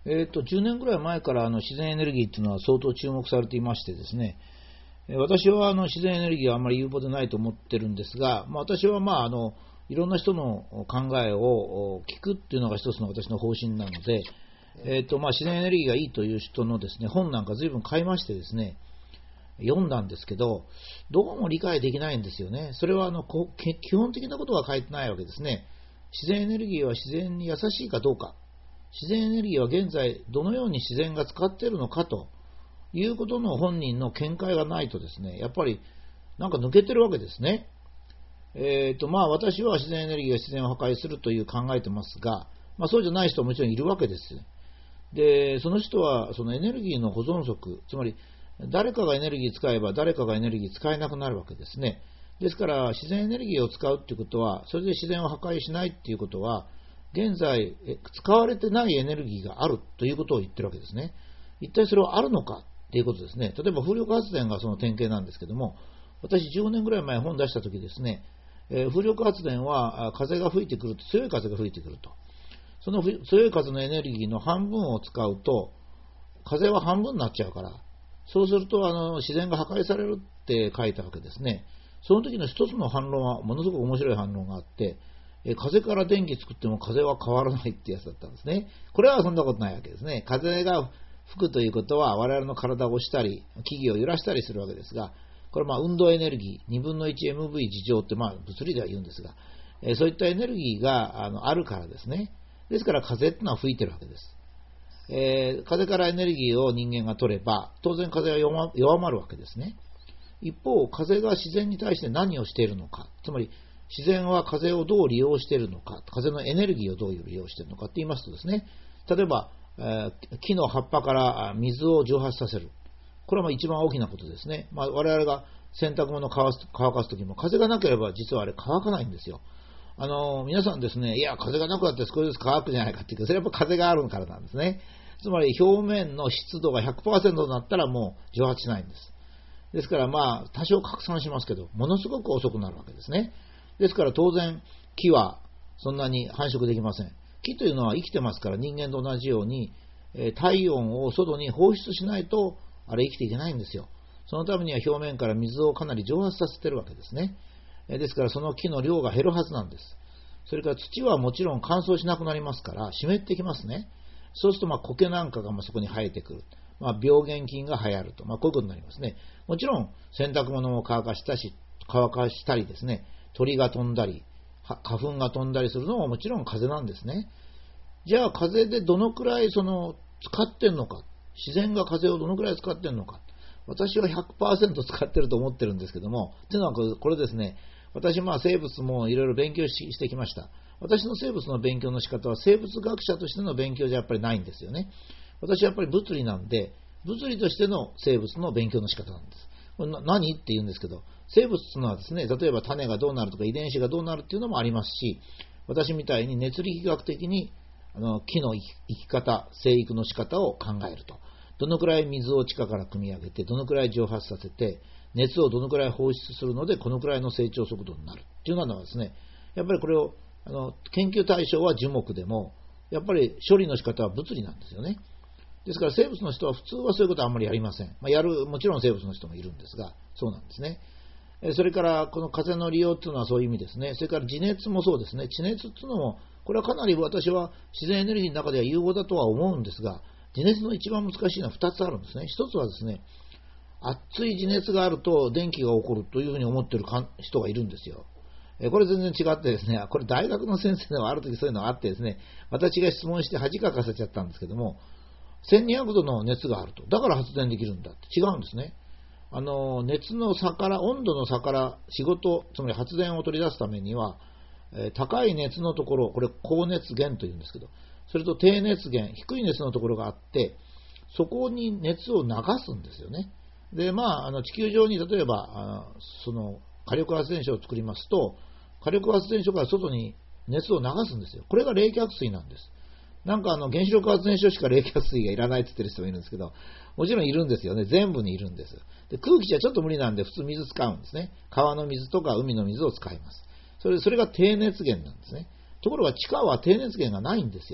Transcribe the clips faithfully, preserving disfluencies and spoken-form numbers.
えっと、じゅうねんぐらい前からあの自然エネルギーっていうのは相当注目されていましてですね、私はあの自然エネルギーはあんまり有効でないと思ってるんですが、まあ、私はまああのいろんな人の考えを聞くっていうのが一つの私の方針なので、えーとまあ、自然エネルギーがいいという人のですね本なんか随分買いましてですね読んだんですけど、どうも理解できないんですよね。それはあのこ基本的なことは書いてないわけですね。自然エネルギーは自然に優しいかどうか、自然エネルギーは現在どのように自然が使っているのかということの本人の見解がないとですね、やっぱりなんか抜けてるわけですね。えーとまあ、私は自然エネルギーが自然を破壊するという考えてますが、まあ、そうじゃない人はもちろんいるわけです。で、その人はそのエネルギーの保存則、つまり誰かがエネルギー使えば誰かがエネルギー使えなくなるわけですね。ですから自然エネルギーを使うということは、それで自然を破壊しないということは、現在使われてないエネルギーがあるということを言ってるわけですね。一体それはあるのかということですね。例えば風力発電がその典型なんですけども、私じゅうごねんぐらい前本出したときですね、えー、風力発電は風が吹いてくると、強い風が吹いてくると。その強い風のエネルギーの半分を使うと、風は半分になっちゃうから、そうするとあの自然が破壊されるって書いたわけですね。その時の一つの反論はものすごく面白い反論があって、えー、風から電気作っても風は変わらないってやつだったんですね。これはそんなことないわけですね。風が吹くということは我々の体を押したり、木々を揺らしたりするわけですが、これはまあ運動エネルギー、にぶんのいちエムブイ 次乗ってまあ物理では言うんですが、えー、そういったエネルギーが あのあるからですね。ですから風ってのは吹いてるわけです。えー、風からエネルギーを人間が取れば、当然風は弱、弱まるわけですね。一方、風が自然に対して何をしているのか、つまり自然は風をどう利用しているのか、風のエネルギーをどう利用しているのかって言いますとですね、例えば、えー、木の葉っぱから水を蒸発させる。これはまあ一番大きなことですね。まあ、我々が洗濯物を乾す、乾かすときも風がなければ実はあれ乾かないんですよ。あの皆さんですね、いや風がなくなって少しずつ乾くじゃないかっていうか、それはやっぱ風があるからなんですね。つまり表面の湿度が ひゃくパーセント になったらもう蒸発しないんです。ですからまあ多少拡散しますけど、ものすごく遅くなるわけですね。ですから当然木はそんなに繁殖できません。木というのは生きてますから、人間と同じように体温を外に放出しないとあれ生きていけないんですよ。そのためには表面から水をかなり蒸発させているわけですね。ですからその木の量が減るはずなんです。それから土はもちろん乾燥しなくなりますから湿ってきますね。そうするとまあ苔なんかがそこに生えてくる。まあ、病原菌が流行ると、まあ、こういうことになりますね。もちろん洗濯物も乾かしたし、乾かしたりですね、鳥が飛んだり、花粉が飛んだりするのももちろん風なんですね。じゃあ風でどのくらいその使ってんのか、自然が風をどのくらい使ってんのか。私は ひゃくパーセント 使ってると思ってるんですけども、というのはこれですね、私まあ生物もいろいろ勉強ししてきました。私の生物の勉強の仕方は生物学者としての勉強じゃやっぱりないんですよね。私はやっぱり物理なんで、物理としての生物の勉強の仕方なんです。これ何って言うんですけど、生物というのはですね、例えば種がどうなるとか遺伝子がどうなるっていうのもありますし、私みたいに熱力学的にあの木の生き方、生育の仕方を考えると。どのくらい水を地下から汲み上げて、どのくらい蒸発させて、熱をどのくらい放出するので、このくらいの成長速度になるっていうのはですね、やっぱりこれをあの研究対象は樹木でも、やっぱり処理の仕方は物理なんですよね。ですから生物の人は普通はそういうことはあんまりやりません。まあ、やる、もちろん生物の人もいるんですが、そうなんですね。それからこの風の利用というのはそういう意味ですね。それから地熱もそうですね。地熱というのも、これはかなり私は自然エネルギーの中では有効だとは思うんですが、地熱の一番難しいのはふたつあるんですね。ひとつはですね、熱い地熱があると電気が起こるというふうに思っている人がいるんですよ。これ全然違ってですね、これ大学の先生ではある時そういうのがあってですね、私が質問して恥かかせちゃったんですけども、せんにひゃくどの熱があると。だから発電できるんだって違うんですね。あの、熱の差から、温度の差から仕事、つまり発電を取り出すためには、えー、高い熱のところ、これ高熱源というんですけど、それと低熱源、低い熱のところがあって、そこに熱を流すんですよね。で、まあ、あの地球上に例えば、あのその火力発電所を作りますと、火力発電所から外に熱を流すんですよ。これが冷却水なんです。なんかあの原子力発電所しか冷却水がいらないって言ってる人もいるんですけど、もちろんいるんですよね。全部にいるんです。で、空気じゃちょっと無理なんで普通水使うんですね。川の水とか海の水を使います。それ、それが低熱源なんですね。ところが地下は低熱源がないんですよ。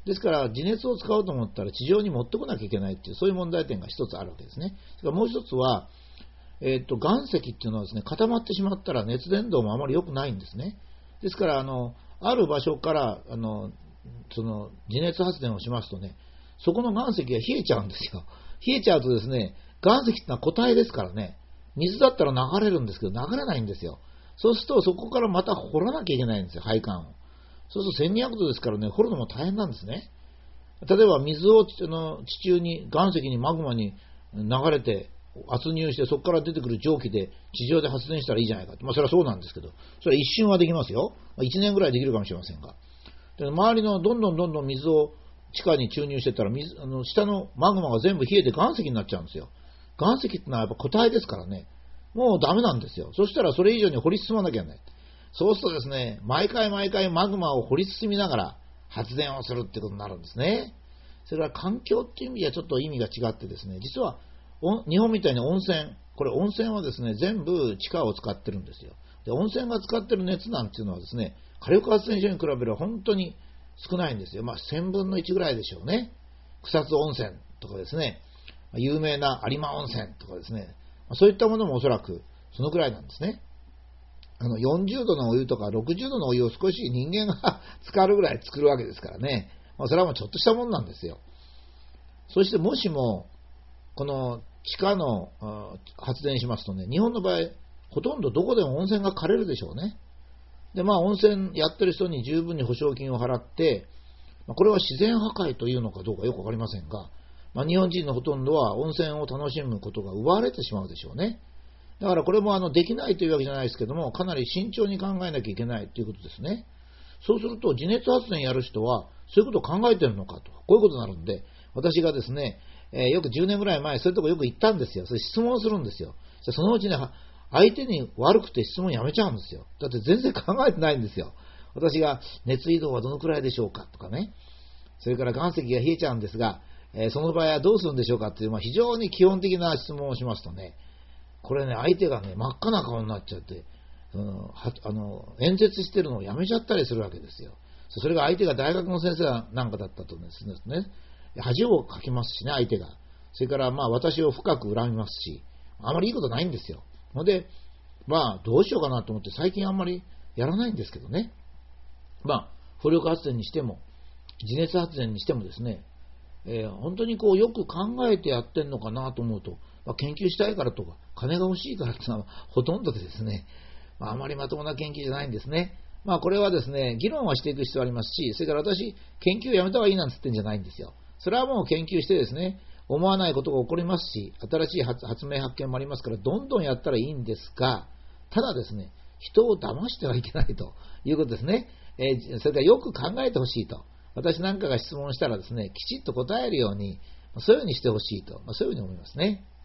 ですから、地熱を使おうと思ったら地上に持ってこなきゃいけないっていう、そういう問題点が一つあるわけですね。それからもう一つは、えーと、岩石っていうのはですね、固まってしまったら熱伝導もあまり良くないんですね。ですから、あの、ある場所から、あの、その、地熱発電をしますとね、そこの岩石が冷えちゃうんですよ。冷えちゃうとですね、岩石ってのは固体ですからね、水だったら流れるんですけど、流れないんですよ。そうすると、そこからまた掘らなきゃいけないんですよ、配管を。そうするとせんにひゃくどですからね、掘るのも大変なんですね。例えば、水をあの地中に、岩石にマグマに流れて、圧入して、そこから出てくる蒸気で地上で発電したらいいじゃないかと。まあ、それはそうなんですけど、それは一瞬はできますよ。まあ、いちねんぐらいできるかもしれませんが。で周りのどんどんどんどん水を地下に注入してたら、水あの下のマグマが全部冷えて岩石になっちゃうんですよ。岩石ってのはやっぱ固体ですからね、もうダメなんですよ。そしたらそれ以上に掘り進まなきゃいけない。そうするとですね、毎回毎回マグマを掘り進みながら発電をするってことになるんですね。それは環境っていう意味ではちょっと意味が違ってですね、実は日本みたいに温泉、これ温泉はですね、全部地下を使ってるんですよ。で、温泉が使ってる熱なんていうのはですね、火力発電所に比べれば本当に少ないんですよ。まあ、せんぶんのいちぐらいでしょうね。草津温泉とかですね、有名な有馬温泉とかですね、そういったものもおそらくそのくらいなんですね。あのよんじゅうどのお湯とかろくじゅうどのお湯を少し人間が浸かるぐらい作るわけですからね。まあ、それはもうちょっとしたもんなんですよ。そしてもしもこの地下の発電しますとね、日本の場合ほとんどどこでも温泉が枯れるでしょうね。で、まあ温泉やってる人に十分に保証金を払って、これは自然破壊というのかどうかよくわかりませんが、まあ、日本人のほとんどは温泉を楽しむことが奪われてしまうでしょうね。だからこれもあのできないというわけじゃないですけども、かなり慎重に考えなきゃいけないということですね。そうすると地熱発電やる人はそういうことを考えてるのかと、こういうことになるんで、私がですね、えー、よくじゅうねんぐらい前そういうとこよく行ったんですよ。それ質問をするんですよ。そのうちね、相手に悪くて質問やめちゃうんですよ。だって全然考えてないんですよ。私が熱移動はどのくらいでしょうかとかね、それから岩石が冷えちゃうんですが、えー、その場合はどうするんでしょうかっていう、まあ、非常に基本的な質問をしますとね、これね、相手がね、真っ赤な顔になっちゃって、うん、はあの演説してるのをやめちゃったりするわけですよ。それが相手が大学の先生なんかだったとですね、恥をかきますしね、相手が。それからまあ私を深く恨みますし、あまりいいことないんですよ。ので、まあどうしようかなと思って最近あんまりやらないんですけどね。まあ風力発電にしても地熱発電にしてもですね、えー、本当にこうよく考えてやってんのかなと思うと、まあ、研究したいからとか金が欲しいからっていうのはほとんどでですね、まあ、あまりまともな研究じゃないんですね。まあこれはですね、議論はしていく必要ありますし、それから私研究をやめた方がいいなんて言ってんじゃないんですよ。それはもう研究してですね、思わないことが起こりますし、新しい発明発見もありますから、どんどんやったらいいんですが、ただですね、人を騙してはいけないということですね。えー、それからよく考えてほしいと。私なんかが質問したらですね、きちっと答えるように、そういうふうにしてほしいと、そういうふうに思いますね。